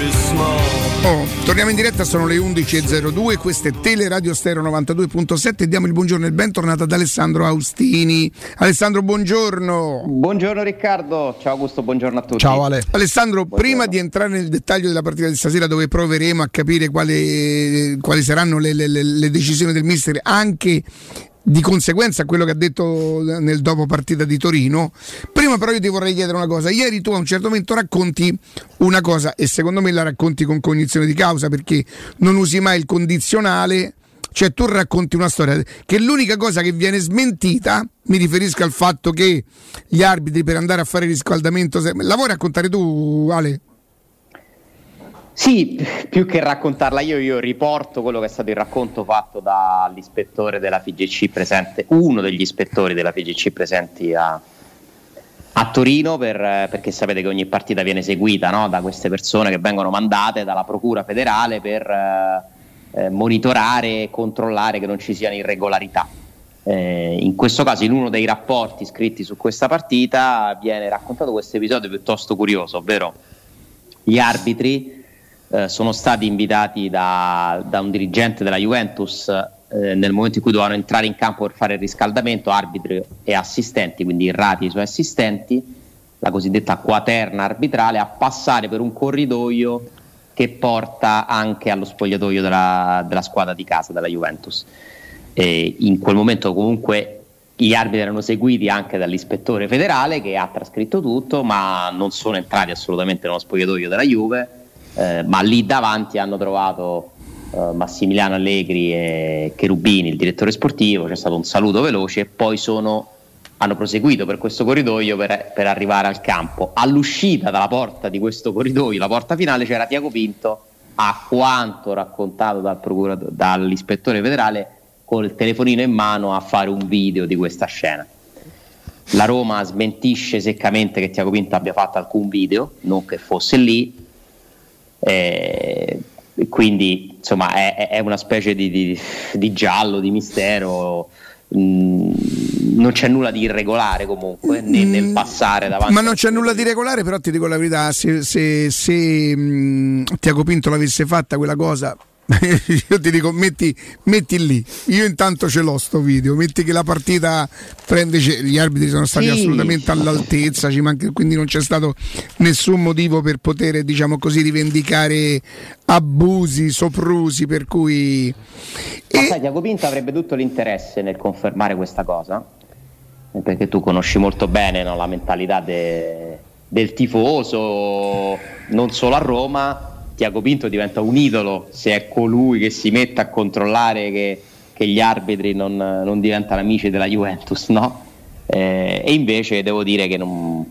Torniamo in diretta, sono le 11.02, questa è Teleradio Stereo 92.7 e diamo il buongiorno e il bentornato ad Alessandro Austini. Alessandro, buongiorno. Buongiorno Riccardo, ciao Augusto, buongiorno a tutti. Ciao Ale. Alessandro, buongiorno. Prima di entrare nel dettaglio della partita di stasera, dove proveremo a capire quali saranno le decisioni del mister, anche di conseguenza a quello che ha detto nel dopo partita di Torino, prima però io ti vorrei chiedere una cosa. Ieri tu a un certo momento racconti una cosa e secondo me la racconti con cognizione di causa, perché non usi mai il condizionale, cioè tu racconti una storia che l'unica cosa che viene smentita, mi riferisco al fatto che gli arbitri per andare a fare riscaldamento, la vuoi raccontare tu, Ale? Sì, più che raccontarla io riporto quello che è stato il racconto fatto dall'ispettore della FIGC presente, uno degli ispettori della FIGC presenti a Torino, perché sapete che ogni partita viene seguita, no, da queste persone che vengono mandate dalla Procura federale per monitorare e controllare che non ci siano irregolarità. In questo caso, in uno dei rapporti scritti su questa partita, viene raccontato questo episodio piuttosto curioso, ovvero gli arbitri sono stati invitati da un dirigente della Juventus nel momento in cui dovevano entrare in campo per fare il riscaldamento, arbitri e assistenti, quindi irrati i suoi assistenti, la cosiddetta quaterna arbitrale, a passare per un corridoio che porta anche allo spogliatoio della squadra di casa, della Juventus. E in quel momento comunque gli arbitri erano seguiti anche dall'ispettore federale che ha trascritto tutto, ma non sono entrati assolutamente nello spogliatoio della Juve. Ma lì davanti hanno trovato Massimiliano Allegri e Cherubini, il direttore sportivo. C'è stato un saluto veloce e poi hanno proseguito per questo corridoio per arrivare al campo. All'uscita dalla porta di questo corridoio, la porta finale, c'era Tiago Pinto, a quanto raccontato dall'ispettore federale, col telefonino in mano a fare un video di questa scena. La Roma smentisce seccamente che Tiago Pinto abbia fatto alcun video, non che fosse lì. Quindi insomma è una specie di giallo, di mistero. Non c'è nulla di irregolare comunque nel passare davanti. Ma non c'è nulla di regolare, però ti dico la verità, se Tiago Pinto l'avesse fatta quella cosa, io ti dico metti lì, io intanto ce l'ho sto video, metti che la partita prende, gli arbitri sono stati assolutamente all'altezza, quindi non c'è stato nessun motivo per poter, diciamo così, rivendicare abusi, soprusi, per cui sai, Tiago Pinto avrebbe tutto l'interesse nel confermare questa cosa, perché tu conosci molto bene, no, la mentalità del tifoso, non solo a Roma. Tiago Pinto diventa un idolo se è colui che si mette a controllare che gli arbitri non diventano amici della Juventus, no? E invece devo dire che non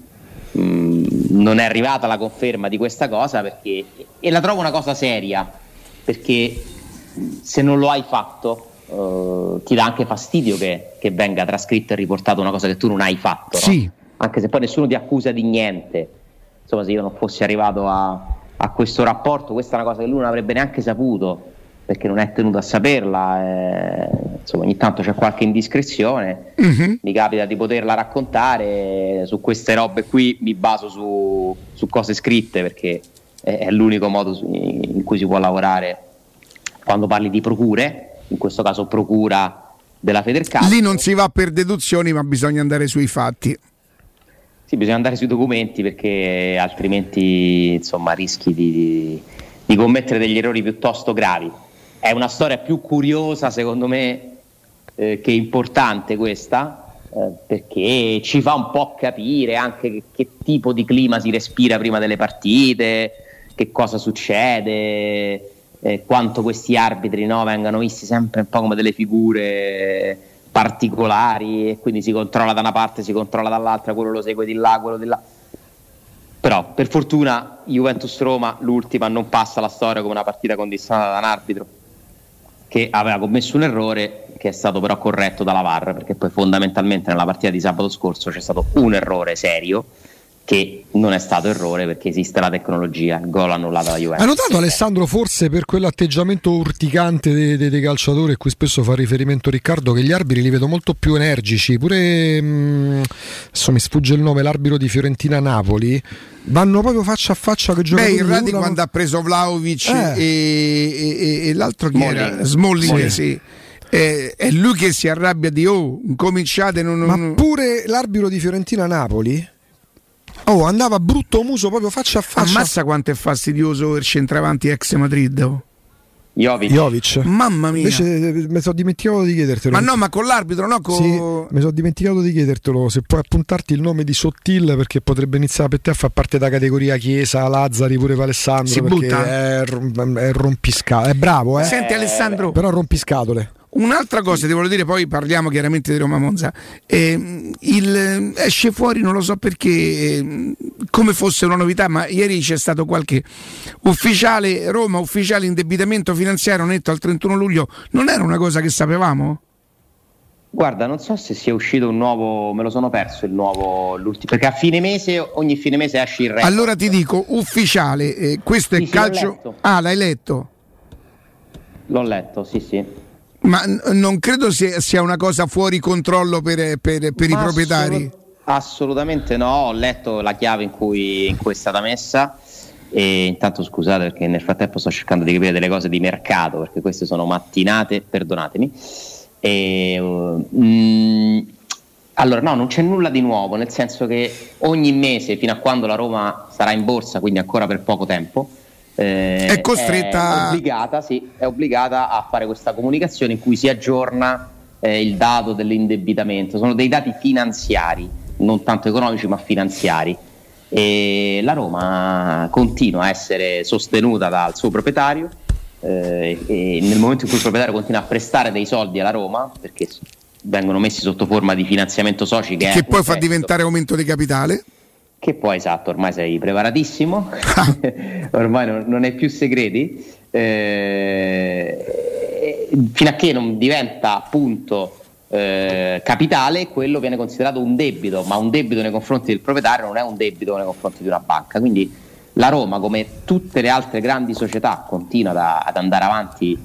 è arrivata la conferma di questa cosa, e la trovo una cosa seria, perché se non lo hai fatto ti dà anche fastidio che venga trascritto e riportato una cosa che tu non hai fatto, no? Sì. Anche se poi nessuno ti accusa di niente. Insomma, se io non fossi arrivato a questo rapporto, questa è una cosa che lui non avrebbe neanche saputo, perché non è tenuto a saperla, insomma ogni tanto c'è qualche indiscrezione, mi capita di poterla raccontare. Su queste robe qui mi baso su cose scritte, perché è l'unico modo in cui si può lavorare quando parli di procure, in questo caso procura della Federcalcio. Lì non si va per deduzioni, ma bisogna andare sui fatti. Sì, bisogna andare sui documenti, perché altrimenti insomma rischi di commettere degli errori piuttosto gravi. È una storia più curiosa secondo me che importante questa, perché ci fa un po' capire anche che tipo di clima si respira prima delle partite, che cosa succede, quanto questi arbitri, no, vengano visti sempre un po' come delle figure particolari, e quindi si controlla da una parte, si controlla dall'altra, quello lo segue di là, quello di là. Però per fortuna Juventus-Roma, l'ultima, non passa la storia come una partita condizionata da un arbitro che aveva commesso un errore che è stato però corretto dalla VAR, perché poi fondamentalmente nella partita di sabato scorso c'è stato un errore serio che non è stato errore perché esiste la tecnologia, il gol annullato alla Juventus. Hai notato, Alessandro, forse per quell'atteggiamento urticante dei calciatori a cui spesso fa riferimento Riccardo, che gli arbitri li vedo molto più energici, pure adesso mi sfugge il nome, l'arbitro di Fiorentina-Napoli, vanno proprio faccia a faccia che giocatori. Il Radi quando ha preso Vlahovic e l'altro chi era? Smalling, sì. È lui che si arrabbia di cominciate ma pure l'arbitro di Fiorentina-Napoli andava brutto muso proprio faccia a faccia. Ammazza quanto è fastidioso il centravanti ex Madrid. Jovic. Mamma mia. Invece mi sono dimenticato di chiedertelo. Ma no, ma con l'arbitro, no? Sì, mi sono dimenticato di chiedertelo. Se puoi appuntarti il nome di Sottil, perché potrebbe iniziare per te a far parte della categoria Chiesa, Lazzari, pure Alessandro. Si butta. È rompiscatole. È bravo, Senti Alessandro, però rompiscatole. Un'altra cosa ti voglio dire, poi parliamo chiaramente di Roma Monza. Esce fuori, non lo so perché, come fosse una novità, ma ieri c'è stato qualche ufficiale Roma, ufficiale indebitamento finanziario netto al 31 luglio. Non era una cosa che sapevamo? Guarda, non so se sia uscito un nuovo, me lo sono perso l'ultimo, perché a fine mese, ogni fine mese esce il record. Allora ti dico, ufficiale, questo è calcio. L'hai letto? L'ho letto, sì. Ma non credo sia una cosa fuori controllo per i proprietari? Assolutamente no, ho letto la chiave in cui è stata messa e intanto scusate perché nel frattempo sto cercando di capire delle cose di mercato, perché queste sono mattinate, perdonatemi. Allora no, non c'è nulla di nuovo, nel senso che ogni mese fino a quando la Roma sarà in borsa, quindi ancora per poco tempo, è costretta, è obbligata a fare questa comunicazione in cui si aggiorna il dato dell'indebitamento. Sono dei dati finanziari, non tanto economici ma finanziari, e la Roma continua a essere sostenuta dal suo proprietario e nel momento in cui il proprietario continua a prestare dei soldi alla Roma, perché vengono messi sotto forma di finanziamento soci che poi fa diventare aumento di capitale, che poi esatto, ormai sei preparatissimo, ormai non hai più segreti, fino a che non diventa appunto capitale, quello viene considerato un debito, ma un debito nei confronti del proprietario non è un debito nei confronti di una banca. Quindi la Roma, come tutte le altre grandi società, continua ad andare avanti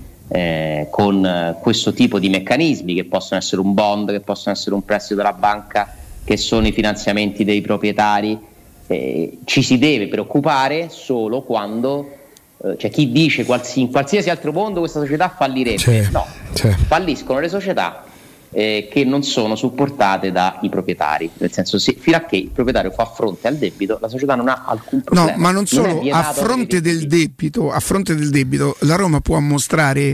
con questo tipo di meccanismi, che possono essere un bond, che possono essere un prestito della banca, che sono i finanziamenti dei proprietari. Ci si deve preoccupare solo quando cioè chi dice in qualsiasi altro mondo questa società fallirebbe, falliscono le società che non sono supportate dai proprietari, nel senso fino a che il proprietario fa fronte al debito la società non ha alcun problema. No, ma non solo, a fronte del debito la Roma può mostrare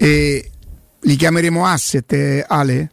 li chiameremo asset, Ale?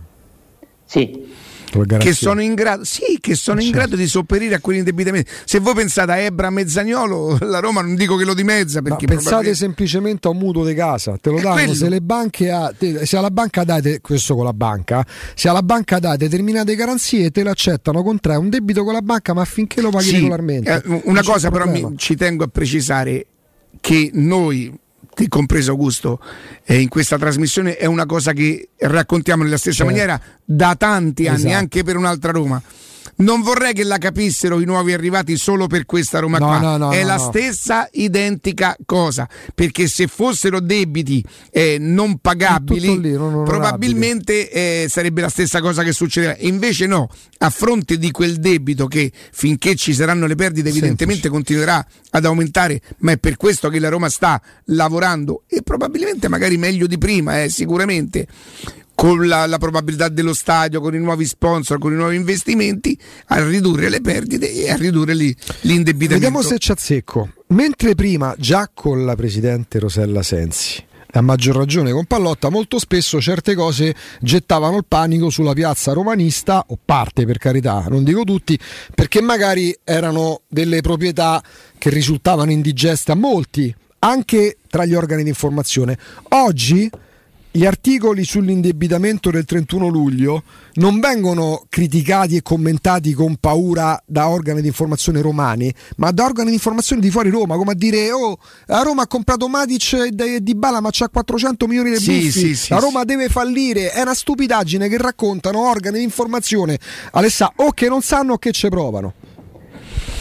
Sì. Che sono in grado in grado di sopperire a quell'indebitamento. Se voi pensate a Ebra Mezzagnolo, la Roma non dico che lo dimezza, perché pensate semplicemente a un mutuo di casa, te lo danno se le banche se alla banca date questo con la banca, se alla banca date determinate garanzie te l'accettano, contrae un debito con la banca, ma affinché lo paghi regolarmente. Una cosa però ci tengo a precisare che noi, compreso Augusto, in questa trasmissione è una cosa che raccontiamo nella stessa maniera da tanti anni, anche per un'altra Roma. Non vorrei che la capissero i nuovi arrivati solo per questa Roma stessa identica cosa, perché se fossero debiti non pagabili probabilmente sarebbe la stessa cosa che succederà. Invece no, a fronte di quel debito che finché ci saranno le perdite evidentemente continuerà ad aumentare, ma è per questo che la Roma sta lavorando e probabilmente magari meglio di prima, sicuramente, con la probabilità dello stadio, con i nuovi sponsor, con i nuovi investimenti, a ridurre le perdite e a ridurre l'indebitamento. Vediamo se ci azzecco. Mentre prima, già con la presidente Rosella Sensi, a maggior ragione con Pallotta, molto spesso certe cose gettavano il panico sulla piazza romanista, o parte, per carità, non dico tutti, perché magari erano delle proprietà che risultavano indigeste a molti, anche tra gli organi di informazione. Oggi gli articoli sull'indebitamento del 31 luglio non vengono criticati e commentati con paura da organi di informazione romani, ma da organi di informazione di fuori Roma, come a dire: la Roma ha comprato Matic e Dybala ma c'ha 400 milioni di buffi, la Roma deve fallire. È una stupidaggine che raccontano organi di informazione, Alessà, o che non sanno o che ci provano.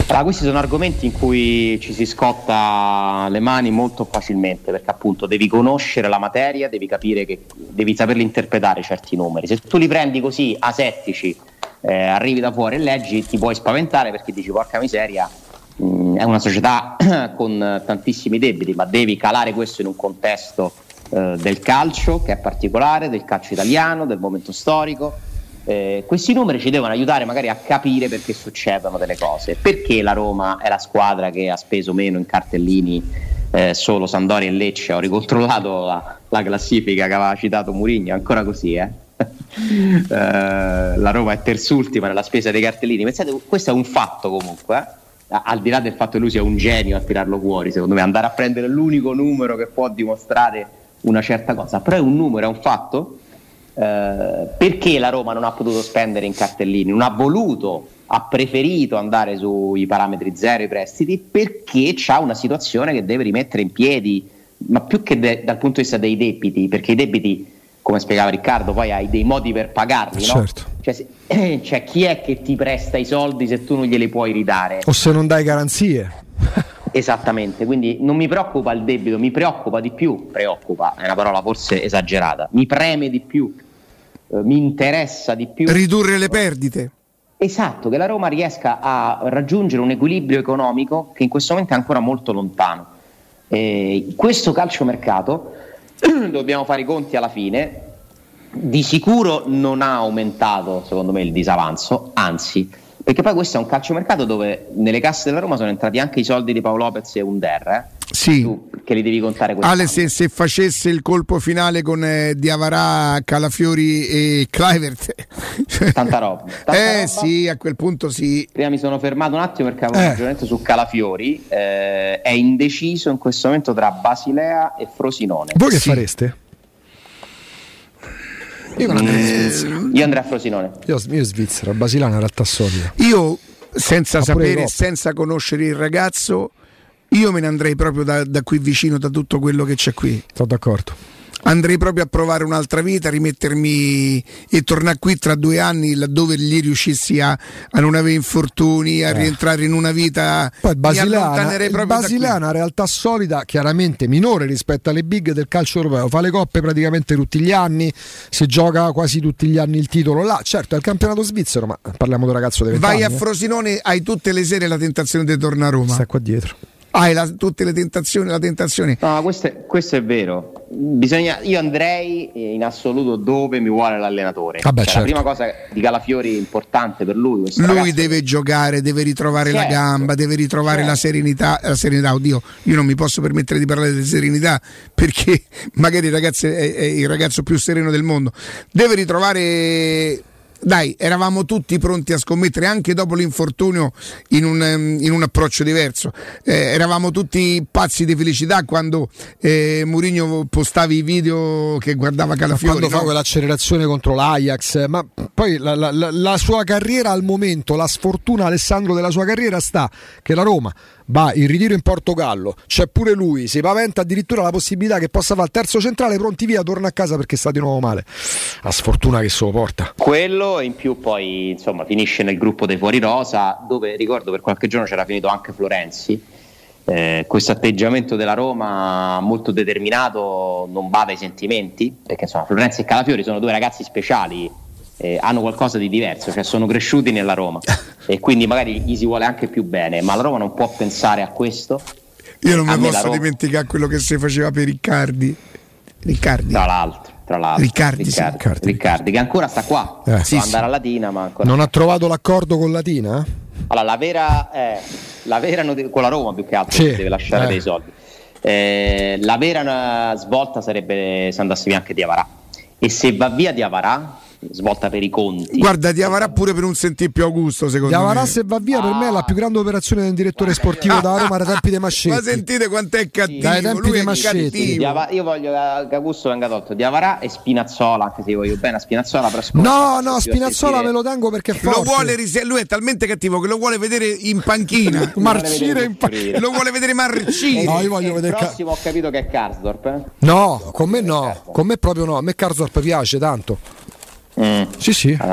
Allora, questi sono argomenti in cui ci si scotta le mani molto facilmente, perché appunto devi conoscere la materia, devi capire che devi saperli interpretare certi numeri. Se tu li prendi così asettici, arrivi da fuori e leggi, ti puoi spaventare perché dici porca miseria, è una società con tantissimi debiti, ma devi calare questo in un contesto del calcio che è particolare, del calcio italiano, del momento storico. Questi numeri ci devono aiutare magari a capire perché succedono delle cose, perché la Roma è la squadra che ha speso meno in cartellini, solo Sampdoria e Lecce. Ho ricontrollato la classifica che aveva citato Mourinho, ancora così la Roma è terzultima nella spesa dei cartellini. Pensate, questo è un fatto comunque, al di là del fatto che lui sia un genio a tirarlo fuori, secondo me andare a prendere l'unico numero che può dimostrare una certa cosa, però è un numero, è un fatto. Perché la Roma non ha potuto spendere in cartellini, non ha voluto, ha preferito andare sui parametri zero i prestiti, perché c'ha una situazione che deve rimettere in piedi, ma più che dal punto di vista dei debiti, perché i debiti, come spiegava Riccardo, poi hai dei modi per pagarli, certo. No? Cioè chi è che ti presta i soldi se tu non glieli puoi ridare? O se non dai garanzie. Esattamente, quindi non mi preoccupa il debito, mi preoccupa di più, preoccupa è una parola forse esagerata, mi preme di più, mi interessa di più ridurre le perdite. Esatto, che la Roma riesca a raggiungere un equilibrio economico che in questo momento è ancora molto lontano. Questo calciomercato, dobbiamo fare i conti alla fine, di sicuro non ha aumentato secondo me il disavanzo, anzi, perché poi questo è un calciomercato dove nelle casse della Roma sono entrati anche i soldi di Paolo Lopez e Under, sì. Tu, che li devi contare quest'anno. Ale, se facesse il colpo finale con Diavarà, Calafiori e Kluivert, tanta roba. Sì, a quel punto sì. Prima mi sono fermato un attimo perché avevo un ragionamento su Calafiori, è indeciso in questo momento tra Basilea e Frosinone. Voi che fareste? Io andrei a Frosinone. Io Svizzera, Basilana in realtà solida. Io senza sapere, senza conoscere il ragazzo, io me ne andrei proprio da qui vicino, da tutto quello che c'è qui. Sono d'accordo. Andrei proprio a provare un'altra vita, rimettermi e tornare qui tra 2 anni, laddove gli riuscissi a non avere infortuni, a rientrare in una vita. Poi Basilana è una realtà solida, chiaramente minore rispetto alle big del calcio europeo, fa le coppe praticamente tutti gli anni, si gioca quasi tutti gli anni il titolo là, certo è il campionato svizzero, ma parliamo di un ragazzo di 20 anni. Vai a Frosinone, hai tutte le sere la tentazione di tornare a Roma. Sta qua dietro. Hai tutte le tentazioni, la tentazione. No, questo è vero. Io andrei in assoluto dove mi vuole l'allenatore. Certo. La prima cosa di Calafiori importante per lui. Lui deve giocare, deve ritrovare la gamba, deve ritrovare la serenità. Oddio, io non mi posso permettere di parlare di serenità perché magari il ragazzo è il ragazzo più sereno del mondo. Deve ritrovare. Dai, eravamo tutti pronti a scommettere anche dopo l'infortunio in un approccio diverso. Eravamo tutti pazzi di felicità quando Mourinho postava i video che guardava Calafiori. Quando fa quell'accelerazione contro l'Ajax, ma poi la sua carriera al momento, la sfortuna, Alessandro, della sua carriera sta che la Roma va in ritiro in Portogallo, c'è pure lui, si paventa addirittura la possibilità che possa fare il terzo centrale, pronti via, torna a casa perché sta di nuovo male. La sfortuna che se lo porta. Quello e in più poi insomma finisce nel gruppo dei fuori rosa, dove ricordo per qualche giorno c'era finito anche Florenzi. Questo atteggiamento della Roma molto determinato non bada ai sentimenti, perché insomma Florenzi e Calafiori sono 2 ragazzi speciali, hanno qualcosa di diverso, cioè sono cresciuti nella Roma e quindi magari gli si vuole anche più bene, ma la Roma non può pensare a questo. Io non mi posso dimenticare quello che si faceva per Riccardi. Tra l'altro Riccardi che ancora sta qua, può andare a Latina, ma ancora non ha trovato l'accordo con Latina? Allora la vera con la Roma più che altro deve lasciare dei soldi. La vera svolta sarebbe se andasse via anche Diavarà, e se va via Diavarà svolta per i conti. Guarda, Diavarà pure per un sentire più Augusto, secondo Diavarà me. Se va via per me è la più grande operazione del direttore sportivo da Roma dai tempi dei Mascetti. Ma sentite quant'è cattivo, dai tempi dei Mascetti. Io voglio che Augusto venga tolto Diavarà e Spinazzola, anche se io voglio bene a Spinazzola, però no, Spinazzola me lo tengo perché è forte. Lo vuole lui è talmente cattivo che lo vuole vedere in panchina. Marcire in panchina. Lo vuole vedere marcire. No, io voglio vedere il prossimo ho capito che è Karsdorp. No, con me no, con me proprio no. A me Karsdorp piace tanto. Sì.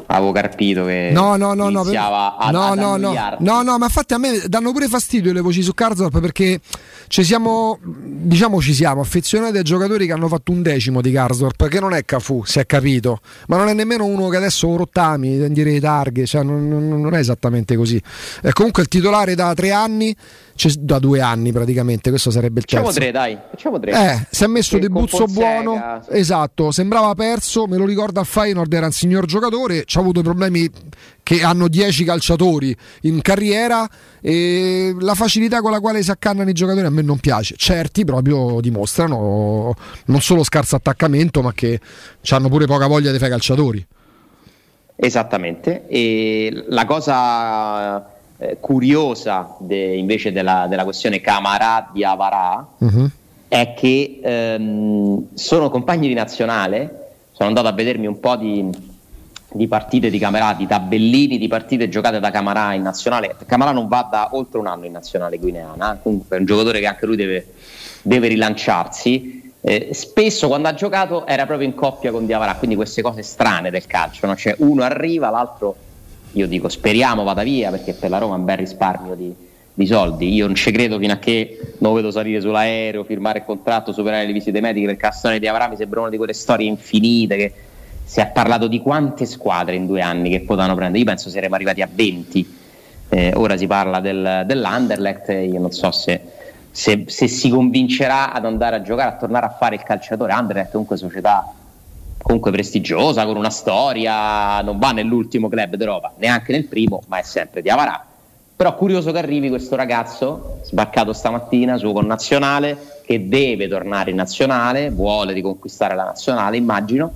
avevo capito che iniziava ad annoiarti. No, ma infatti a me danno pure fastidio le voci su Karsdorp, perché ci siamo affezionati ai giocatori che hanno fatto un decimo di Karsdorp, che non è Cafu, si è capito, ma non è nemmeno uno che adesso rottami, tendere le targhe, cioè non è esattamente così. È comunque il titolare da 3 anni, da 2 anni praticamente, questo sarebbe il terzo. Facciamo 3. Si è messo De Buzzo buono, sì. Esatto, sembrava perso, me lo ricorda al Feyenoord, era un signor giocatore, c'ha avuto problemi che hanno 10 calciatori in carriera, e la facilità con la quale si accannano i giocatori a me non piace. Certi proprio dimostrano non solo scarso attaccamento, ma che hanno pure poca voglia di fare calciatori. Esattamente. E la cosa curiosa invece della questione Camarà di Avarà è che sono compagni di nazionale. Sono andato a vedermi un po' di partite di Camarà, di tabellini di partite giocate da Camarà in nazionale. Camarà non va da oltre un anno in nazionale guineana, comunque è un giocatore che anche lui deve rilanciarsi. Spesso quando ha giocato era proprio in coppia con Diavarà, quindi queste cose strane del calcio, no? Cioè uno arriva, l'altro, io dico speriamo vada via, perché per la Roma è un bel risparmio di soldi. Io non ci credo fino a che non vedo salire sull'aereo, firmare il contratto, superare le visite mediche, perché la storia di Diavarà mi sembra una di quelle storie infinite che si è parlato di quante squadre in 2 anni che potevano prendere. Io penso saremmo arrivati a 20. Ora si parla dell'Anderlecht, io non so se si convincerà ad andare a giocare, a tornare a fare il calciatore. Anderlecht è comunque società comunque prestigiosa, con una storia, non va nell'ultimo club d'Europa, neanche nel primo, ma è sempre di Avarà. Però curioso che arrivi questo ragazzo sbarcato stamattina, suo connazionale, che deve tornare in nazionale, vuole riconquistare la nazionale, immagino.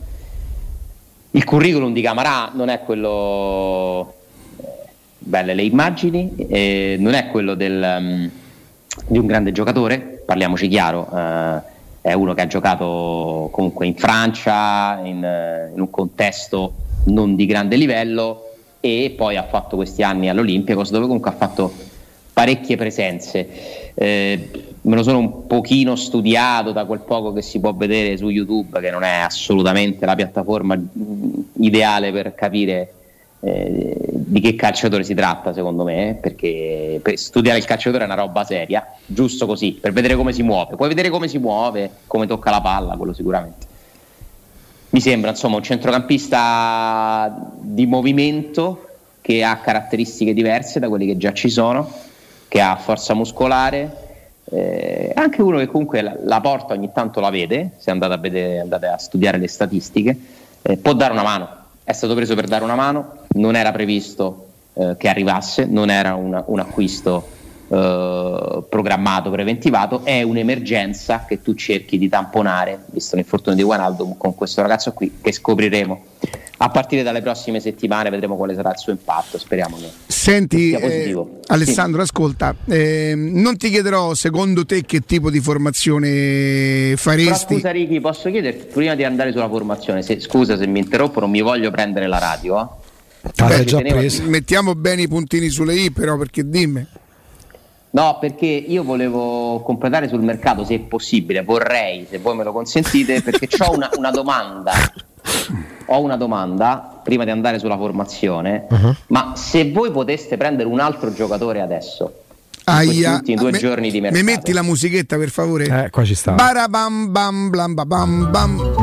Il curriculum di Camarà non è quello, belle le immagini, non è quello di un grande giocatore, parliamoci chiaro, è uno che ha giocato comunque in Francia, in un contesto non di grande livello, e poi ha fatto questi anni all'Olympiacos, dove comunque ha fatto parecchie presenze. Me lo sono un pochino studiato da quel poco che si può vedere su YouTube, che non è assolutamente la piattaforma ideale per capire di che calciatore si tratta, secondo me, perché per studiare il calciatore è una roba seria, giusto così, per vedere come si muove. Puoi vedere come si muove, come tocca la palla, quello sicuramente. Mi sembra insomma un centrocampista di movimento, che ha caratteristiche diverse da quelle che già ci sono, che ha forza muscolare, anche uno che comunque la porta ogni tanto la vede, se andate a studiare le statistiche, può dare una mano. È stato preso per dare una mano, non era previsto che arrivasse, non era un acquisto programmato, preventivato, è un'emergenza che tu cerchi di tamponare, visto l'infortunio di Wijnaldum, con questo ragazzo qui, che scopriremo a partire dalle prossime settimane, vedremo quale sarà il suo impatto, speriamo che sia positivo. Alessandro, sì. Ascolta, non ti chiederò secondo te che tipo di formazione faresti. Però scusa Ricky, posso chiederti, prima di andare sulla formazione, scusa se mi interrompo, non mi voglio prendere la radio, mettiamo bene i puntini sulle i, però, perché dimmi. No, perché io volevo completare sul mercato, se è possibile, vorrei, se voi me lo consentite, perché ho una domanda. Ho una domanda prima di andare sulla formazione, ma se voi poteste prendere un altro giocatore adesso, in 2 giorni di mercato, mi metti la musichetta per favore? Qua ci sta. Barabam bam blam bam bam.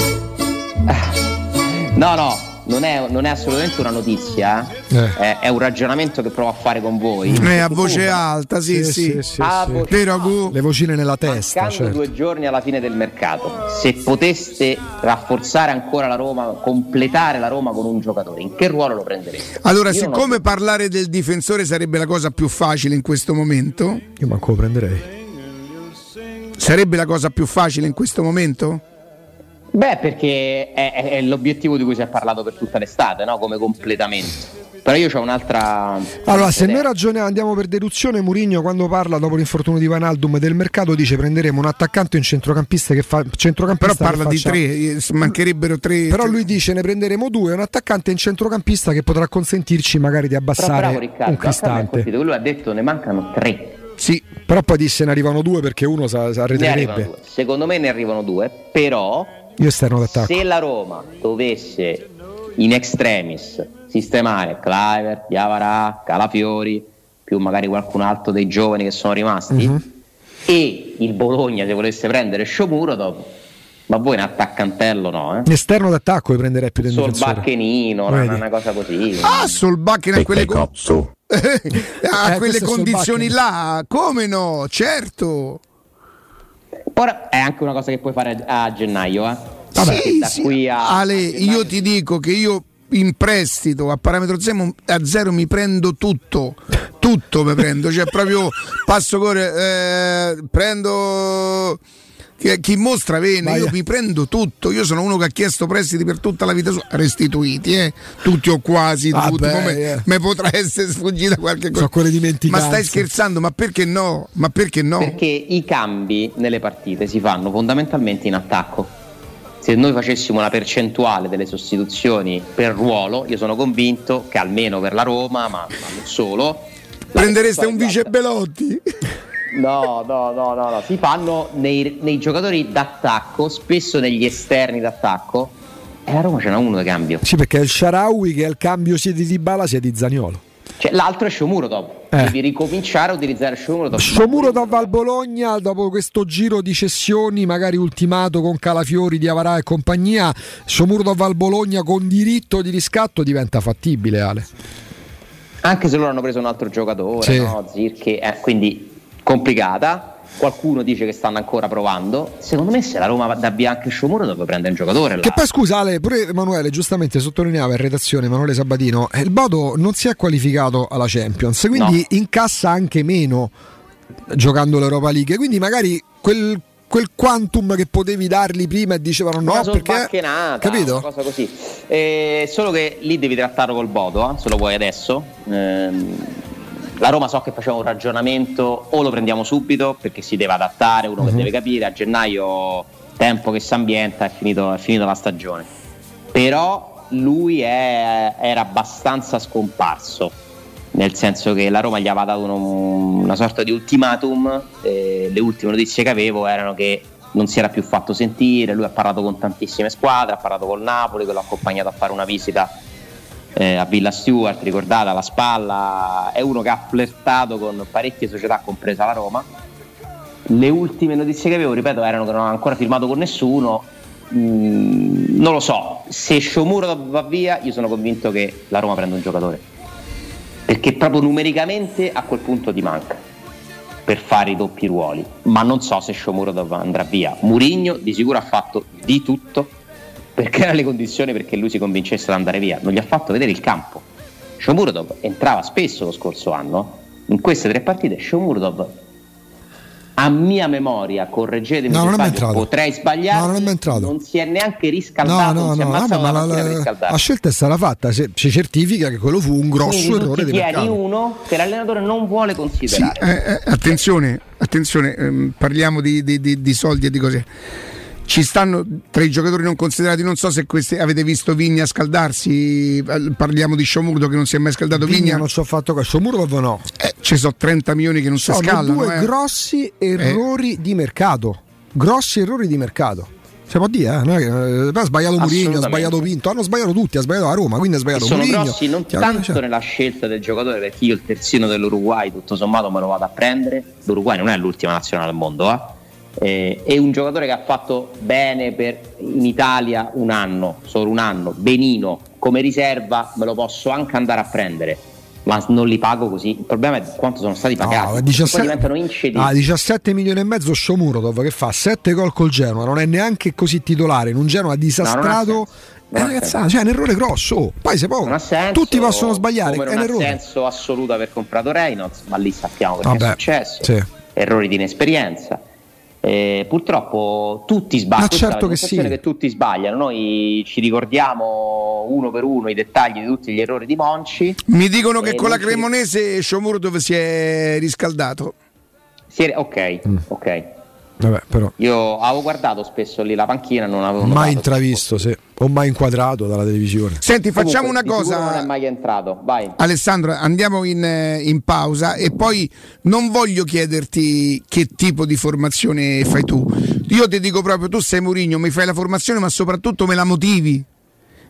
No, non è assolutamente una notizia, è un ragionamento che provo a fare con voi. A voce alta, sì. Le vocine nella testa. Mancando 2 giorni alla fine del mercato, se poteste rafforzare ancora la Roma, completare la Roma con un giocatore, in che ruolo lo prendereste? Allora, siccome parlare del difensore sarebbe la cosa più facile in questo momento, io manco lo prenderei. Sarebbe la cosa più facile in questo momento? Beh, perché è l'obiettivo di cui si è parlato per tutta l'estate, no? Come completamento. Però io c'ho un'altra. Allora, se noi ragioniamo, andiamo per deduzione, Mourinho quando parla dopo l'infortunio di Wijnaldum del mercato dice prenderemo un attaccante e un centrocampista che fa centrocampista. Però parla di 3, mancherebbero 3. Però lui dice ne prenderemo 2, un attaccante e un centrocampista che potrà consentirci magari di abbassare un Cristante. Lui ha detto ne mancano 3. Sì, però poi disse ne arrivano 2 perché uno si arretrerebbe. Secondo me ne arrivano 2, però io esterno d'attacco. Se la Roma dovesse in extremis sistemare Kluivert, Diawara, Calafiori, più magari qualcun altro dei giovani che sono rimasti, e il Bologna se volesse prendere Shomurodov, ma voi un attaccantello no? Esterno d'attacco li prenderei più del difensore. Solbacchenino, una cosa così. Solbakken a quelle a quelle condizioni Solbakken. là, come no? Certo. Ora è anche una cosa che puoi fare a gennaio, Sì, da qui a Ale, gennaio. io ti dico che io in prestito a parametro zero mi prendo tutto mi prendo, cioè proprio passo prendo chi mostra vene, io mi prendo tutto. Io sono uno che ha chiesto prestiti per tutta la vita sua, restituiti, tutti o quasi tutti. Me potrà essere sfuggita qualche cosa. Sono quelle dimenticanze. Ma stai scherzando? Ma perché no? Ma perché no? Perché i cambi nelle partite si fanno fondamentalmente in attacco. Se noi facessimo una percentuale delle sostituzioni per ruolo, io sono convinto che almeno per la Roma, ma non solo, prendereste un vice Belotti? No, si fanno nei giocatori d'attacco, spesso negli esterni d'attacco, e a Roma ce n'è uno di cambio. Sì, perché è il Shaarawy che è il cambio sia di Dybala sia di Zaniolo. Cioè, l'altro è Shomurodov. Devi ricominciare a utilizzare Shomurodov. Shomurodov al Bologna dopo questo giro di cessioni magari ultimato con Calafiori, Diawara e compagnia. Shomurodov al Bologna con diritto di riscatto diventa fattibile, Ale. Anche se loro hanno preso un altro giocatore, sì. No? Zirche, quindi complicata. Qualcuno dice che stanno ancora provando. Secondo me se la Roma dà via anche Shomurodov prende un giocatore là. Che poi scusa Ale, pure Emanuele giustamente sottolineava in redazione, Emanuele Sabatino, il Bodo non si è qualificato alla Champions, quindi incassa anche meno giocando l'Europa League, quindi magari quel quantum che potevi dargli prima e dicevano no perché, capito? Una cosa così. Solo che lì devi trattarlo col Bodo, se lo vuoi adesso. La Roma so che faceva un ragionamento, o lo prendiamo subito perché si deve adattare, uno che deve capire, a gennaio tempo che si ambienta, è finito la stagione. Però lui era abbastanza scomparso, nel senso che la Roma gli aveva dato una sorta di ultimatum, le ultime notizie che avevo erano che non si era più fatto sentire, lui ha parlato con tantissime squadre, ha parlato col Napoli che l'ha accompagnato a fare una visita a Villa Stewart, ricordate, alla Spalla. È uno che ha flirtato con parecchie società, compresa la Roma. Le ultime notizie che avevo, ripeto, erano che non ha ancora firmato con nessuno. Non lo so, se Shomurodov va via io sono convinto che la Roma prende un giocatore, perché proprio numericamente a quel punto ti manca per fare i doppi ruoli, ma non so se Shomurodov andrà via. Mourinho di sicuro ha fatto di tutto perché erano le condizioni perché lui si convincesse ad andare via, non gli ha fatto vedere il campo. Shomurodov entrava spesso lo scorso anno, in queste 3 partite Shomurodov, a mia memoria, correggetemi se sbaglio, potrei sbagliare, non si è neanche riscaldato, la scelta è stata fatta, ci certifica che quello fu un grosso errore di mercato. Tieni uno che l'allenatore non vuole considerare. Attenzione, parliamo di soldi e di cose. Ci stanno tra i giocatori non considerati, non so se questi avete visto Vigna scaldarsi, parliamo di Shomurodov che non si è mai scaldato. Vigna non ci ho fatto questo, Shomurodov no, ci sono 30 milioni che non si scaldano. Due grossi errori di mercato, si può dire, ha sbagliato Mourinho, ha sbagliato Pinto, hanno sbagliato tutti, ha sbagliato la Roma, quindi ha sbagliato Mourinho. Sono Mourinho, grossi non tanto nella scelta del giocatore, perché io il terzino dell'Uruguay tutto sommato me lo vado a prendere. L'Uruguay non è l'ultima nazionale al mondo, è un giocatore che ha fatto bene in Italia solo un anno, benino, come riserva me lo posso anche andare a prendere, ma non li pago così. Il problema è quanto sono stati pagati, 17, poi diventano incedibili. 17 milioni e mezzo Shomurodov che fa 7 gol col Genoa, non è neanche così titolare in un Genoa disastrato. È un errore grosso. Poi se poi tutti possono sbagliare, come è un errore. Non ha senso assoluto aver comprato Reynolds, ma lì sappiamo perché è successo. Sì. Errori di inesperienza. Purtroppo tutti sbagliano, ma certo che sì, che tutti sbagliano. Noi ci ricordiamo uno per uno i dettagli di tutti gli errori di Monci. Mi dicono che con la Cremonese Shomurodov si è riscaldato. Ok. Vabbè, però io avevo guardato spesso lì la panchina, non avevo mai intravisto o mai inquadrato dalla televisione. Senti, facciamo una cosa, non è mai entrato. Vai Alessandro, andiamo in pausa e poi non voglio chiederti che tipo di formazione fai tu. Io ti dico proprio, tu sei Mourinho, mi fai la formazione ma soprattutto me la motivi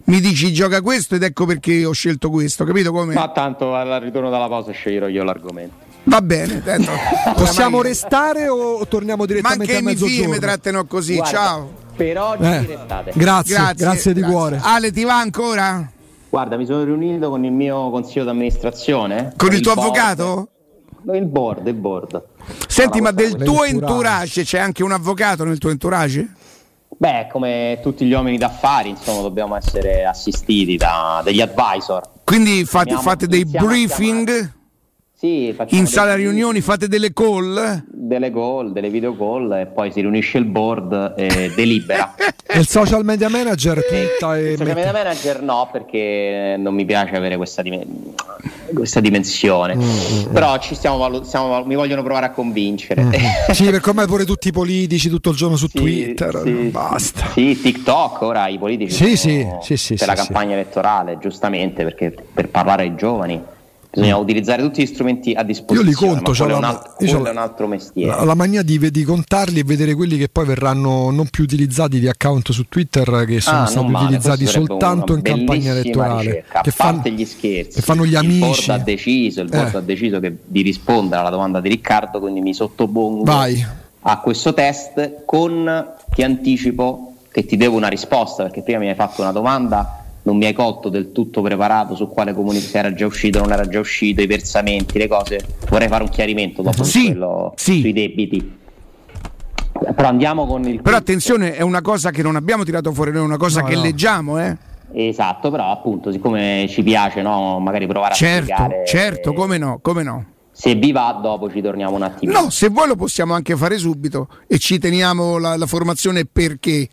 mi dici gioca questo ed ecco perché ho scelto questo, capito come? Ma tanto al ritorno dalla pausa sceglierò io l'argomento. Va bene, possiamo restare o torniamo direttamente a mezzogiorno? Mi trattano così. Guarda, ciao. Per oggi restate. Grazie di cuore. Ale, ti va ancora? Guarda, mi sono riunito con il mio consiglio d'amministrazione. Con il tuo avvocato? Il board. Senti, ma del tuo entourage c'è anche un avvocato nel tuo entourage? Beh, come tutti gli uomini d'affari, insomma, dobbiamo essere assistiti da degli advisor. Quindi fate dei briefing? Sì, in sala riunioni fate delle call? Delle video call e poi si riunisce il board e delibera. E il social media manager twitta il social media manager no, perché non mi piace avere questa dimensione. Però mi vogliono provare a convincere. Sì, perché ormai pure tutti i politici tutto il giorno su Twitter, basta. Sì, TikTok, ora i politici sì, per la campagna elettorale, giustamente, perché per parlare ai giovani bisogna utilizzare tutti gli strumenti a disposizione. Io li conto, quello è un altro mestiere. La mania di contarli e vedere quelli che poi verranno non più utilizzati di account su Twitter, che sono stati utilizzati soltanto in campagna elettorale. Che parte gli scherzi. Che fanno gli amici. Il board ha deciso di rispondere alla domanda di Riccardo, quindi mi sottopongo a questo test ti anticipo che ti devo una risposta, perché prima mi hai fatto una domanda, non mi hai colto del tutto preparato su quale comunicato, se era già uscito, non era già uscito, i versamenti, le cose. Vorrei fare un chiarimento dopo sui debiti. Però andiamo con il. Però attenzione, è una cosa che non abbiamo tirato fuori, noi è una cosa che leggiamo, Esatto, però appunto, siccome ci piace, no, magari provare a spiegare. Certo, come no. Se vi va, dopo ci torniamo un attimo. No, se vuoi lo possiamo anche fare subito e ci teniamo la formazione perché.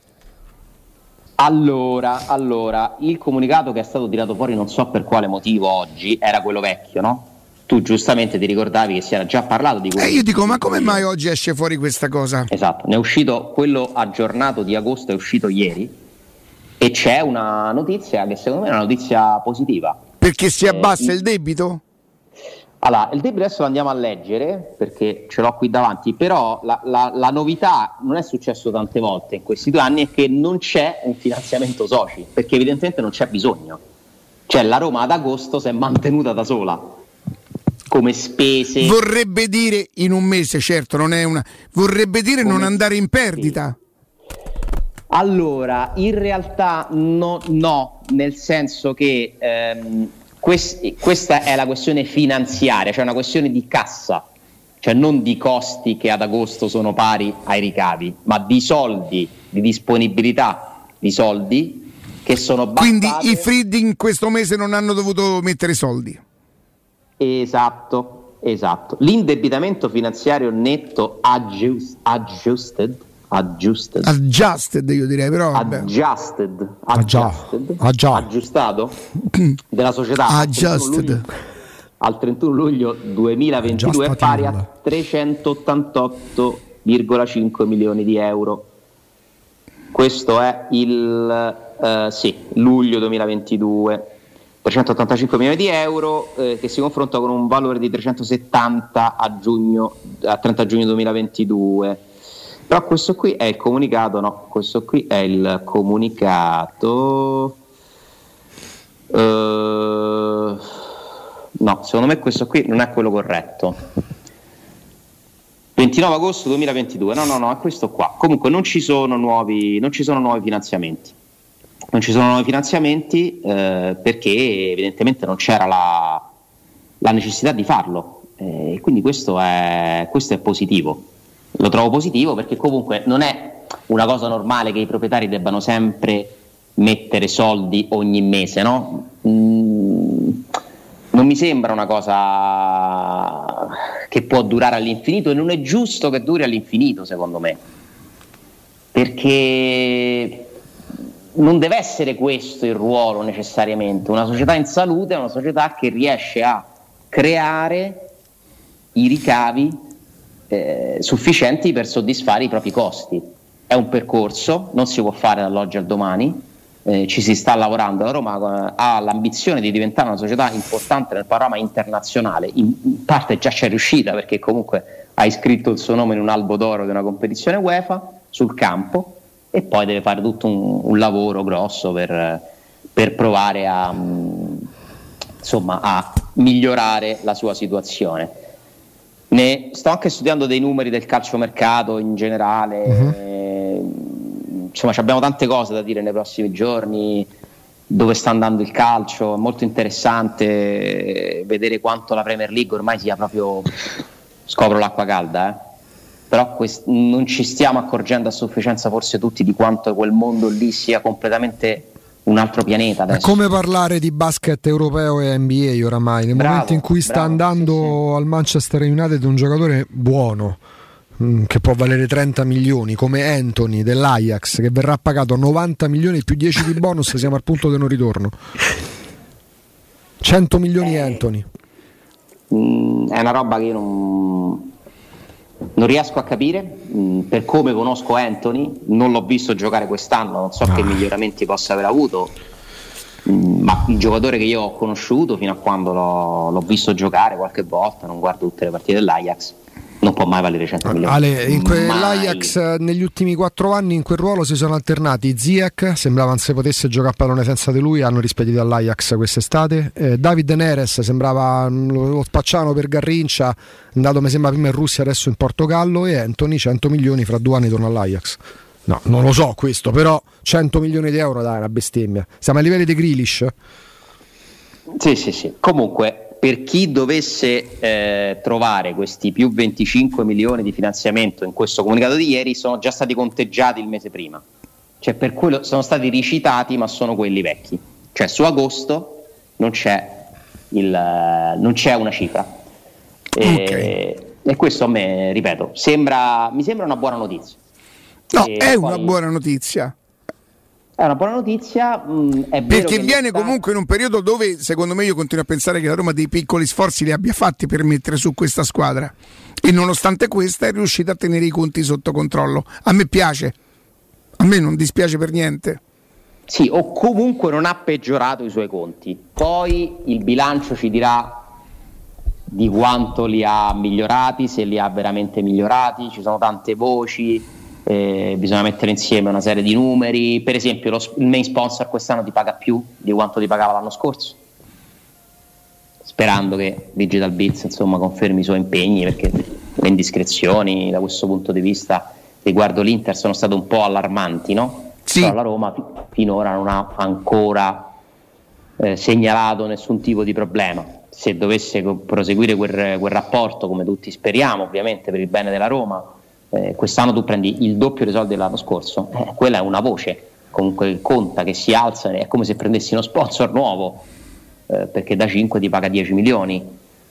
Allora, il comunicato che è stato tirato fuori, non so per quale motivo oggi, era quello vecchio, no? Tu giustamente ti ricordavi che si era già parlato di quello. Io dico, ma come mai oggi esce fuori questa cosa? Esatto, ne è uscito quello aggiornato di agosto, è uscito ieri, e c'è una notizia che secondo me è una notizia positiva. Perché si abbassa il debito? Allora, il debito adesso lo andiamo a leggere perché ce l'ho qui davanti, però la novità, non è successo tante volte in questi 2 anni, è che non c'è un finanziamento soci, perché evidentemente non c'è bisogno. Cioè la Roma ad agosto si è mantenuta da sola, come spese. Vorrebbe dire in un mese, certo, non è una. Vorrebbe dire non andare in perdita. Allora, in realtà no, nel senso che questa è la questione finanziaria, cioè una questione di cassa, cioè non di costi che ad agosto sono pari ai ricavi, ma di soldi, di disponibilità di soldi che sono bastate. Quindi i Fried in questo mese non hanno dovuto mettere soldi. Esatto. L'indebitamento finanziario netto adjusted, io direi, però aggiustato della società al 31 luglio 2022 è pari a 388,5 milioni di euro. Questo è il luglio 2022. 385 milioni di euro che si confronta con un valore di 370 a 30 giugno 2022. Però questo qui è il comunicato, no? Questo qui è il comunicato. No, secondo me questo qui non è quello corretto. 29 agosto 2022. No, è questo qua. Comunque non ci sono nuovi finanziamenti. Non ci sono nuovi finanziamenti perché evidentemente non c'era la necessità di farlo. Quindi questo è positivo. Lo trovo positivo perché comunque non è una cosa normale che i proprietari debbano sempre mettere soldi ogni mese, no? Non mi sembra una cosa che può durare all'infinito e non è giusto che duri all'infinito, secondo me, perché non deve essere questo il ruolo necessariamente. Una società in salute è una società che riesce a creare i ricavi sufficienti per soddisfare i propri costi. È un percorso, non si può fare dall'oggi al domani, ci si sta lavorando. La Roma ha l'ambizione di diventare una società importante nel panorama internazionale, in parte già c'è riuscita perché comunque ha iscritto il suo nome in un albo d'oro di una competizione UEFA sul campo e poi deve fare tutto un lavoro grosso per per provare a migliorare la sua situazione. Ne sto anche studiando dei numeri del calciomercato in generale, insomma abbiamo tante cose da dire nei prossimi giorni, dove sta andando il calcio. È molto interessante vedere quanto la Premier League ormai sia proprio, scopro l'acqua calda, però non ci stiamo accorgendo a sufficienza forse tutti di quanto quel mondo lì sia completamente un altro pianeta adesso. È come parlare di basket europeo e NBA oramai, nel momento in cui sta andando al Manchester United un giocatore buono che può valere 30 milioni come Anthony dell'Ajax, che verrà pagato 90 milioni più 10 di bonus, siamo al punto del non ritorno. 100 milioni Anthony. È una roba che io non riesco a capire, per come conosco Anthony, non l'ho visto giocare quest'anno, non so che miglioramenti possa aver avuto, ma il giocatore che io ho conosciuto fino a quando l'ho visto giocare qualche volta, non guardo tutte le partite dell'Ajax, non può mai valere 100 milioni. Ale, l'Ajax negli ultimi 4 anni in quel ruolo si sono alternati Ziyech, sembrava non si potesse giocare a pallone senza di lui, hanno rispedito all'Ajax quest'estate, David Neres sembrava lo spacciavano per Garrincia, andato mi sembra prima in Russia, adesso in Portogallo, e Anthony 100 milioni fra 2 anni torna all'Ajax. No, non lo so questo, però 100 milioni di euro dai, è una bestemmia. Siamo ai livelli di Grealish. Sì. Comunque, per chi dovesse trovare questi più 25 milioni di finanziamento in questo comunicato di ieri, sono già stati conteggiati il mese prima, cioè per quello sono stati ricitati, ma sono quelli vecchi, cioè su agosto non c'è una cifra. E questo a me, ripeto, mi sembra una buona notizia. No, è una buona notizia. È una buona notizia, è vero, perché viene comunque in un periodo dove, secondo me, io continuo a pensare che la Roma dei piccoli sforzi li abbia fatti per mettere su questa squadra, e nonostante questa è riuscita a tenere i conti sotto controllo. A me piace, a me non dispiace per niente. Sì, o comunque non ha peggiorato i suoi conti. Poi il bilancio ci dirà di quanto li ha migliorati, se li ha veramente migliorati. Ci sono tante voci, bisogna mettere insieme una serie di numeri. Per esempio il main sponsor quest'anno ti paga più di quanto ti pagava l'anno scorso, sperando che Digital Bits confermi i suoi impegni, perché le indiscrezioni da questo punto di vista riguardo l'Inter sono state un po' allarmanti, no? Sì. Però la Roma finora non ha ancora segnalato nessun tipo di problema. Se dovesse proseguire quel rapporto, come tutti speriamo, ovviamente per il bene della Roma, quest'anno tu prendi il doppio dei soldi dell'anno scorso, quella è una voce comunque che conta, che si alza, è come se prendessi uno sponsor nuovo, perché da 5 ti paga 10 milioni.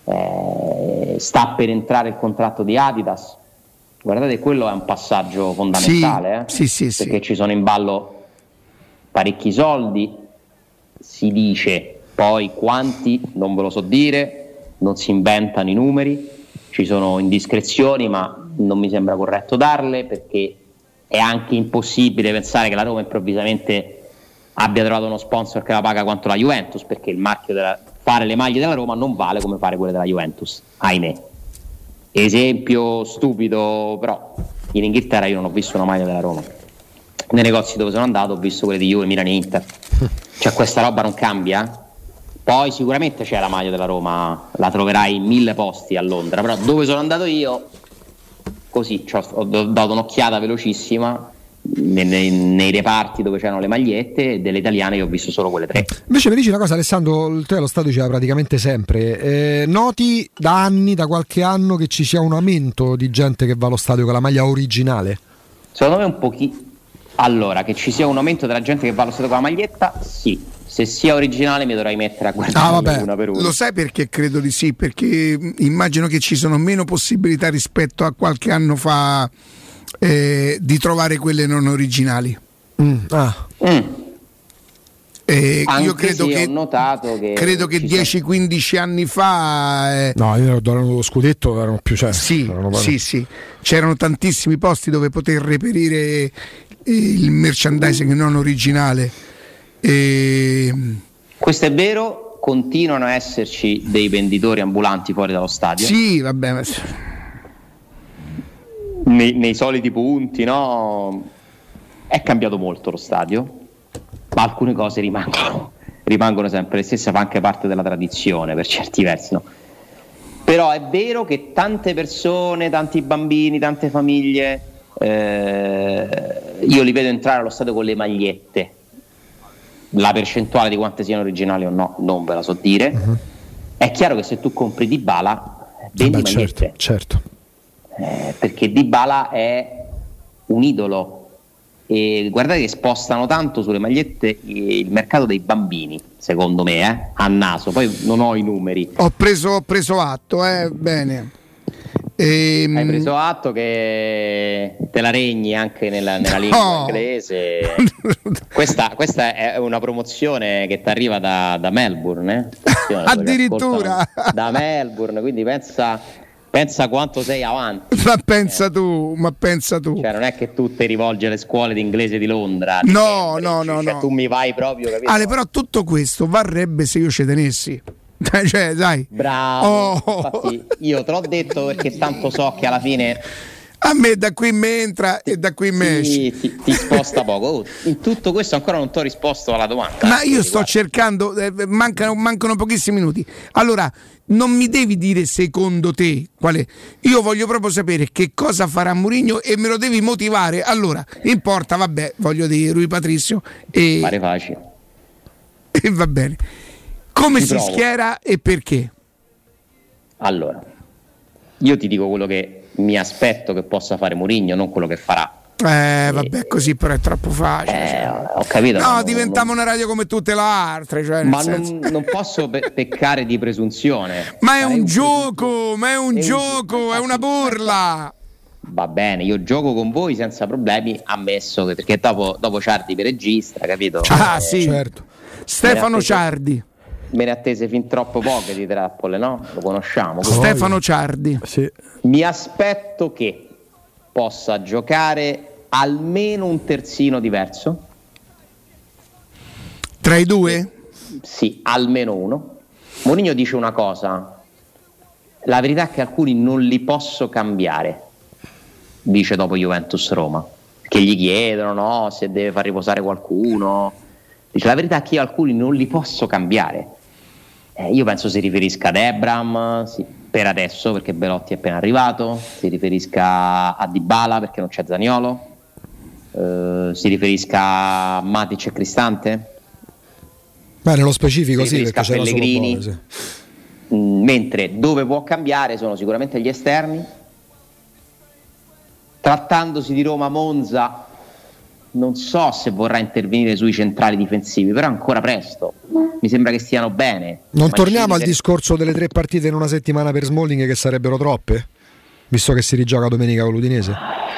Sta per entrare il contratto di Adidas, guardate, quello è un passaggio fondamentale, sì, perché ci sono in ballo parecchi soldi, si dice, poi quanti non ve lo so dire, non si inventano i numeri, ci sono indiscrezioni, ma non mi sembra corretto darle, perché è anche impossibile pensare che la Roma improvvisamente abbia trovato uno sponsor che la paga quanto la Juventus, perché il marchio fare le maglie della Roma non vale come fare quelle della Juventus, ahimè. Esempio stupido, però in Inghilterra io non ho visto una maglia della Roma. Nei negozi dove sono andato ho visto quelle di Juve, Milan e Inter. Cioè questa roba non cambia? Poi sicuramente c'è la maglia della Roma, la troverai in 1000 posti a Londra, però dove sono andato io, così ho dato un'occhiata velocissima nei reparti dove c'erano le magliette, e delle italiane io ho visto solo quelle 3. Invece mi dici una cosa, Alessandro, te lo Stato diceva praticamente sempre, noti da qualche anno che ci sia un aumento di gente che va allo stadio con la maglia originale? Secondo me un pochino. Allora, che ci sia un aumento della gente che va allo stadio con la maglietta, sì. Se sia originale mi dovrei mettere a guardare una per una. Lo sai perché credo di sì? Perché immagino che ci sono meno possibilità rispetto a qualche anno fa di trovare quelle non originali. Io credo che, ho notato che 10-15 anni fa no, io lo scudetto erano più sì, c'erano tantissimi posti dove poter reperire il merchandising non originale. Questo è vero, continuano a esserci dei venditori ambulanti fuori dallo stadio. Sì, vabbè, nei soliti punti, no? È cambiato molto lo stadio, ma alcune cose rimangono rimangono sempre le stesse, fa anche parte della tradizione per certi versi, no? Però è vero che tante persone, tanti bambini, tante famiglie, io li vedo entrare allo stadio con le magliette. La percentuale di quante siano originali o no non ve la so dire. È chiaro che se tu compri Dybala vendi magliette, certo. Perché Dybala è un idolo, e guardate che spostano tanto sulle magliette il mercato dei bambini, secondo me, a naso. Poi non ho i numeri. Ho preso atto, bene. Hai preso atto che te la regni anche nella lingua inglese. Questa è una promozione che ti arriva da Melbourne, addirittura da Melbourne, quindi pensa quanto sei avanti. Ma pensa tu. Cioè non è che tu ti rivolgi alle scuole d'inglese di Londra. No. Tu mi vai proprio, capito? Ale, però tutto questo varrebbe se io ci tenessi. Cioè, dai. Bravo. Infatti, io te l'ho detto perché tanto so che alla fine a me da qui mi entra e da qui mi esce. Ti sposta poco. In tutto questo ancora non ti ho risposto alla domanda. Ma io sto cercando, mancano pochissimi minuti. Allora, non mi devi dire secondo te qual è. Io voglio proprio sapere che cosa farà Mourinho e me lo devi motivare. Allora, importa, vabbè, voglio dire Rui Patricio e pare facile. E va bene. Come si schiera e perché? Allora, io ti dico quello che mi aspetto che possa fare Mourinho, non quello che farà. Vabbè, così però è troppo facile. Ho capito. No, diventiamo una radio come tutte le altre. Cioè, ma non posso peccare di presunzione. Ma è un gioco, è una burla. Va bene, io gioco con voi senza problemi, ammesso che perché dopo Ciardi mi registra, capito? Sì, certo. Stefano Ciardi. Me ne attese fin troppo poche di trappole, no? Lo conosciamo. Stefano Ciardi. Sì. Mi aspetto che possa giocare almeno un terzino diverso. Tra i due? Sì, almeno uno. Mourinho dice una cosa: la verità è che alcuni non li posso cambiare, dice dopo Juventus-Roma, che gli chiedono se deve far riposare qualcuno. Dice la verità è che io alcuni non li posso cambiare. Io penso si riferisca ad Ebram, sì, per adesso perché Belotti è appena arrivato, si riferisca a Dybala perché non c'è Zaniolo, si riferisca a Matic e Cristante. Beh, nello specifico si perché c'era Pellegrini, solo mentre dove può cambiare sono sicuramente gli esterni. Trattandosi di Roma-Monza, non so se vorrà intervenire sui centrali difensivi, però ancora presto. Mi sembra che stiano bene. Non torniamo al discorso delle 3 partite in una settimana per Smalling, che sarebbero troppe, visto che si rigioca domenica con l'Udinese?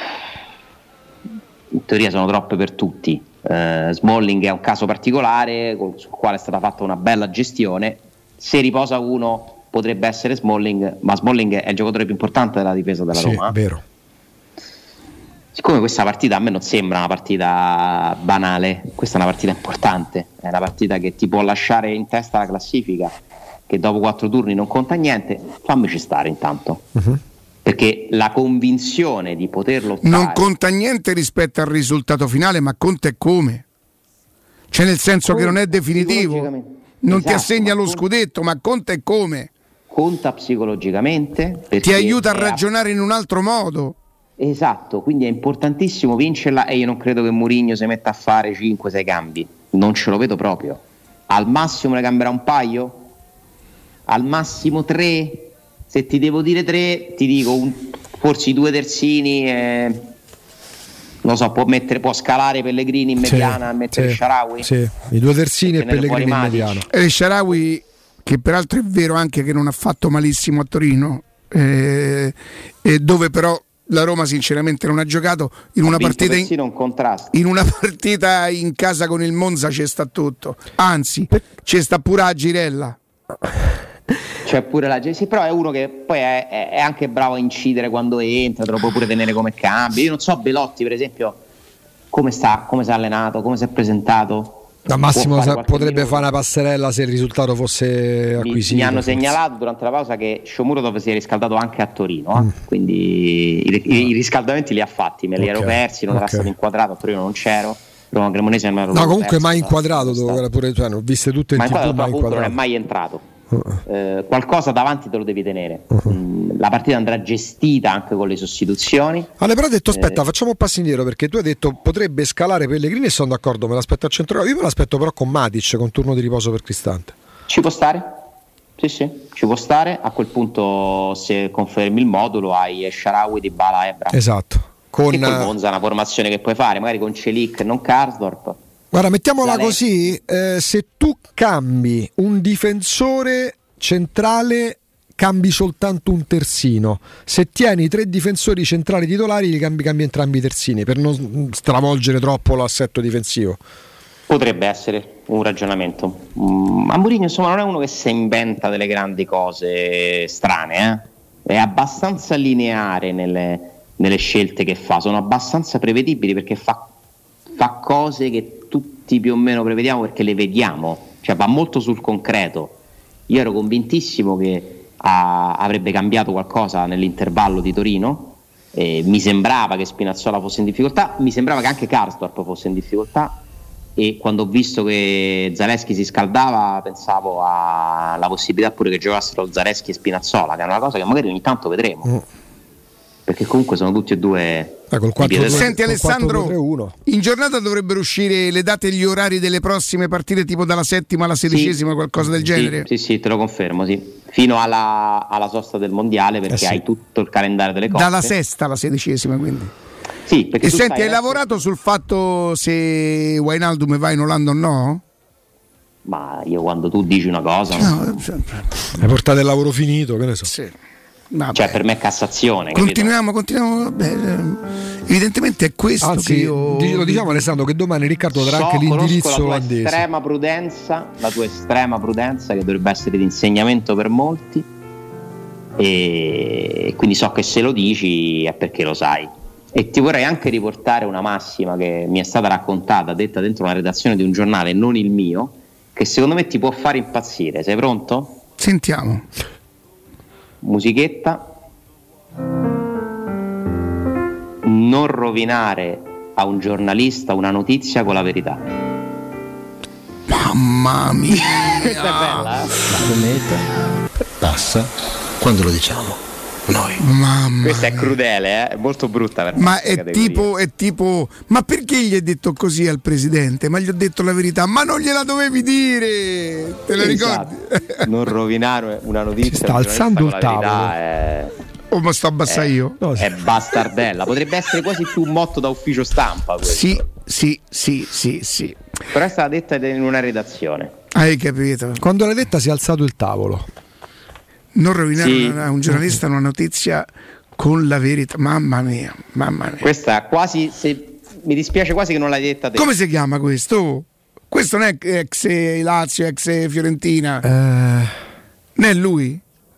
In teoria sono troppe per tutti. Smalling è un caso particolare sul quale è stata fatta una bella gestione. Se riposa uno potrebbe essere Smalling, ma Smalling è il giocatore più importante della difesa della Roma. Sì, vero. Siccome questa partita a me non sembra una partita banale, questa è una partita importante, è una partita che ti può lasciare in testa la classifica, che dopo 4 turni non conta niente, fammici stare intanto, perché la convinzione di poter lottare non conta niente rispetto al risultato finale, ma conta è come, cioè nel senso che non è definitivo, non ti assegna lo scudetto, ma conta è come, conta psicologicamente, ti aiuta a ragionare in un altro modo. Esatto, quindi è importantissimo vincerla, e io non credo che Mourinho si metta a fare 5-6 cambi, non ce lo vedo proprio. Al massimo ne cambierà un paio, al massimo 3. Se ti devo dire 3, ti dico forse i 2 terzini, non so, può scalare Pellegrini in mediana e mettere Shaarawy. Sì, i 2 terzini e Pellegrini in mediana. E Shaarawy, che peraltro è vero anche che non ha fatto malissimo a Torino, e dove però la Roma sinceramente non ha giocato in una partita in una partita in casa con il Monza, c'è sta tutto, anzi c'è sta pure la Girella, c'è pure la sì, però è uno che poi è anche bravo a incidere quando entra, te lo puoi pure tenere come cambio. Io non so Belotti per esempio come si è allenato, come si è presentato. Al massimo potrebbe fare una passerella se il risultato fosse acquisito. Mi hanno segnalato durante la pausa che Shomurodov si è riscaldato anche a Torino, quindi i riscaldamenti li ha fatti, me li ero persi, non era stato inquadrato, a Torino non c'ero, Roma-Cremonese no, comunque mai inquadrato pure, cioè, ho viste tutte in TV, ma appunto non è mai entrato. Qualcosa davanti te lo devi tenere. La partita andrà gestita anche con le sostituzioni. Ale, però ha detto aspetta, facciamo un passo indietro, perché tu hai detto potrebbe scalare Pellegrini e sono d'accordo, me l'aspetto al centro. Io me l'aspetto però con Matic, con turno di riposo per Cristante. Ci può stare? Sì, ci può stare. A quel punto, se confermi il modulo, hai Shaarawy, Dybala e Ebra. Esatto. Con Monza è una formazione che puoi fare, magari con Celic, non Karsdorp. Guarda, mettiamola così, se tu cambi un difensore centrale, cambi soltanto un terzino. Se tieni 3 difensori centrali titolari, li cambi entrambi i terzini, per non stravolgere troppo l'assetto difensivo. Potrebbe essere un ragionamento. Ma Mourinho, insomma, non è uno che si inventa delle grandi cose strane, È abbastanza lineare nelle scelte che fa, sono abbastanza prevedibili, perché fa cose che tutti più o meno prevediamo perché le vediamo, cioè va molto sul concreto. Io ero convintissimo che avrebbe cambiato qualcosa nell'intervallo di Torino, mi sembrava che Spinazzola fosse in difficoltà, mi sembrava che anche Karsdorp fosse in difficoltà, e quando ho visto che Zalewski si scaldava pensavo alla possibilità pure che giocassero Zalewski e Spinazzola, che è una cosa che magari ogni tanto vedremo. Perché comunque sono tutti e due col 4-2, senti Alessandro, 4-2-3-1. in giornata dovrebbero uscire le date e gli orari delle prossime partite, tipo dalla 7ª alla 16ª, qualcosa del genere? Sì, te lo confermo, sì. Fino alla sosta del mondiale, perché hai tutto il calendario delle coppe. Dalla 6ª alla 16ª, quindi. Sì, perché e senti, hai lavorato sul fatto se Wijnaldum va in Olanda o no? Ma io, quando tu dici una cosa, hai portato il lavoro finito, che ne so. Sì. Cioè, per me è Cassazione. Continuiamo. Evidentemente è questo. Anzi, che io lo diciamo, Alessandro, che domani Riccardo darà anche l'indirizzo olandese. La tua estrema prudenza, che dovrebbe essere di insegnamento per molti, e quindi so che se lo dici è perché lo sai. E ti vorrei anche riportare una massima che mi è stata raccontata, detta dentro una redazione di un giornale, non il mio, che secondo me ti può fare impazzire. Sei pronto? Sentiamo. Musichetta. Non rovinare a un giornalista una notizia con la verità. Mamma mia. Questa è bella, Passa quando lo diciamo noi. Questa è crudele, è molto brutta per ma è tipo ma perché gli hai detto così al presidente? Ma gli ho detto la verità, ma non gliela dovevi dire, te la ricordi? Non rovinare una notizia. Sta alzando il tavolo. Ma sto abbassando io? No, è bastardella, potrebbe essere quasi più un motto da ufficio stampa questo. Sì. Però è stata detta in una redazione. Hai capito? Quando l'hai detta si è alzato il tavolo. Non rovinare a un giornalista una notizia con la verità. Mamma mia. Questa quasi, mi dispiace quasi che non l'hai detta te. Come si chiama questo? Questo non è ex Lazio, ex Fiorentina. Non è lui?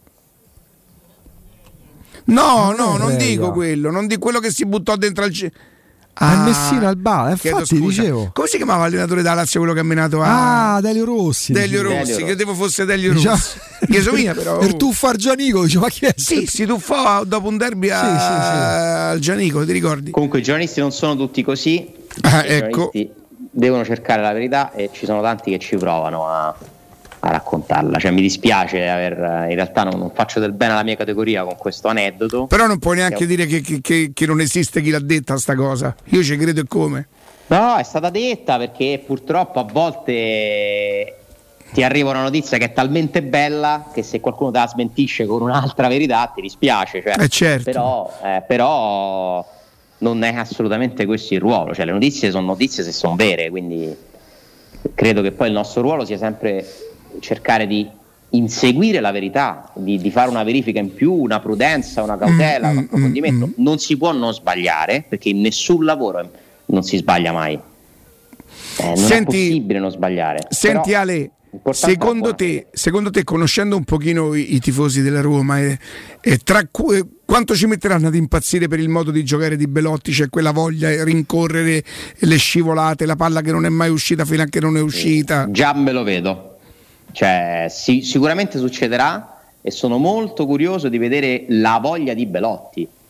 No, non dico quello, non di quello che si buttò dentro al Messina al bar, infatti dicevo. Come si chiamava l'allenatore da Lazio, quello che ha menato Delio Rossi. Credevo fosse Delio Rossi. Chieso mia, però. Per tuffare Gianico, dice, ma chi è? Sì, si tuffò dopo un derby al Gianico, ti ricordi? Comunque i giornalisti non sono tutti così. Ecco. Devono cercare la verità, e ci sono tanti che ci provano a raccontarla. Cioè, mi dispiace in realtà non faccio del bene alla mia categoria con questo aneddoto. Però non puoi neanche dire che non esiste chi l'ha detta sta cosa. Io ci credo, e come? No, è stata detta, perché purtroppo a volte ti arriva una notizia che è talmente bella che se qualcuno te la smentisce con un'altra verità ti dispiace, cioè, certo. Però non è assolutamente questo il ruolo. Cioè, le notizie sono notizie se sono vere, quindi credo che poi il nostro ruolo sia sempre cercare di inseguire la verità, di fare una verifica in più, una prudenza, una cautela, un approfondimento. Non si può non sbagliare, perché in nessun lavoro non si sbaglia mai. Non è possibile non sbagliare. Senti, però, Ale, secondo te, conoscendo un pochino i tifosi della Roma, quanto ci metteranno ad impazzire per il modo di giocare di Belotti? C'è quella voglia, rincorrere le scivolate, la palla che non è mai uscita fino a che non è uscita. Già me lo vedo. Cioè, sicuramente succederà, e sono molto curioso di vedere la voglia di Belotti,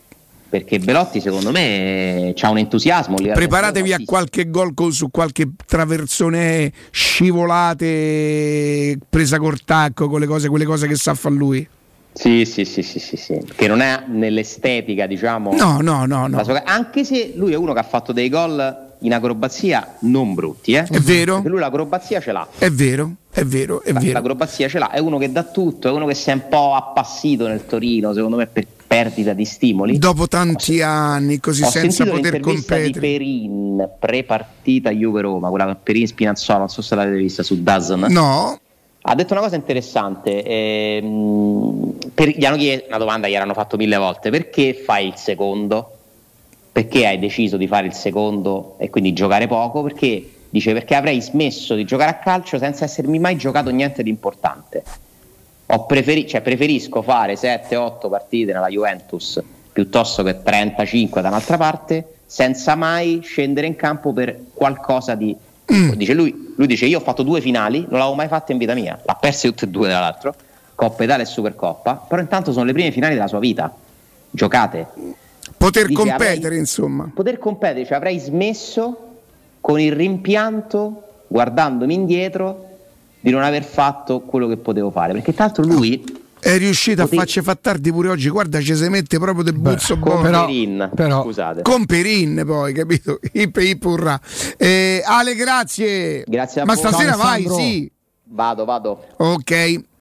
perché Belotti secondo me c'ha un entusiasmo. Preparatevi a qualche gol su qualche traversone, scivolate, presa col tacco, con quelle cose che sa fare lui. Sì, che non è nell'estetica, diciamo. No. Anche se lui è uno che ha fatto dei gol in acrobazia non brutti, È vero? Perché lui l'acrobazia ce l'ha. È vero. L'acrobazia ce l'ha, è uno che dà tutto, è uno che si è un po' appassito nel Torino, secondo me, per perdita di stimoli. Dopo tanti anni così senza poter competere. Di Perin pre-partita Juve-Roma, quella con Perin Spinazzola, non so se l'avete vista su DAZN. No. Ha detto una cosa interessante, gli hanno chiesto una domanda che gli hanno fatto 1000 volte: perché fai il secondo? Perché hai deciso di fare il secondo e quindi giocare poco? Perché avrei smesso di giocare a calcio senza essermi mai giocato niente di importante. Preferisco fare 7-8 partite nella Juventus piuttosto che 35 da un'altra parte, senza mai scendere in campo per qualcosa di... Dice lui dice: io ho fatto 2 finali, non l'avevo mai fatta in vita mia, l'ha perse tutte e 2 tra l'altro, Coppa Italia e Supercoppa, però intanto sono le prime finali della sua vita giocate. Poter competere, insomma. Poter competere, avrei smesso con il rimpianto, guardandomi indietro, di non aver fatto quello che potevo fare, perché tra l'altro lui è riuscito a farci far tardi pure oggi. Guarda, ci si mette proprio del buzzo con buono. Però, scusate, con Perin poi, capito? Ip urrà. Ale, grazie a ma voi. stasera Ciao, vai, Alessandro. sì, Vado. ok.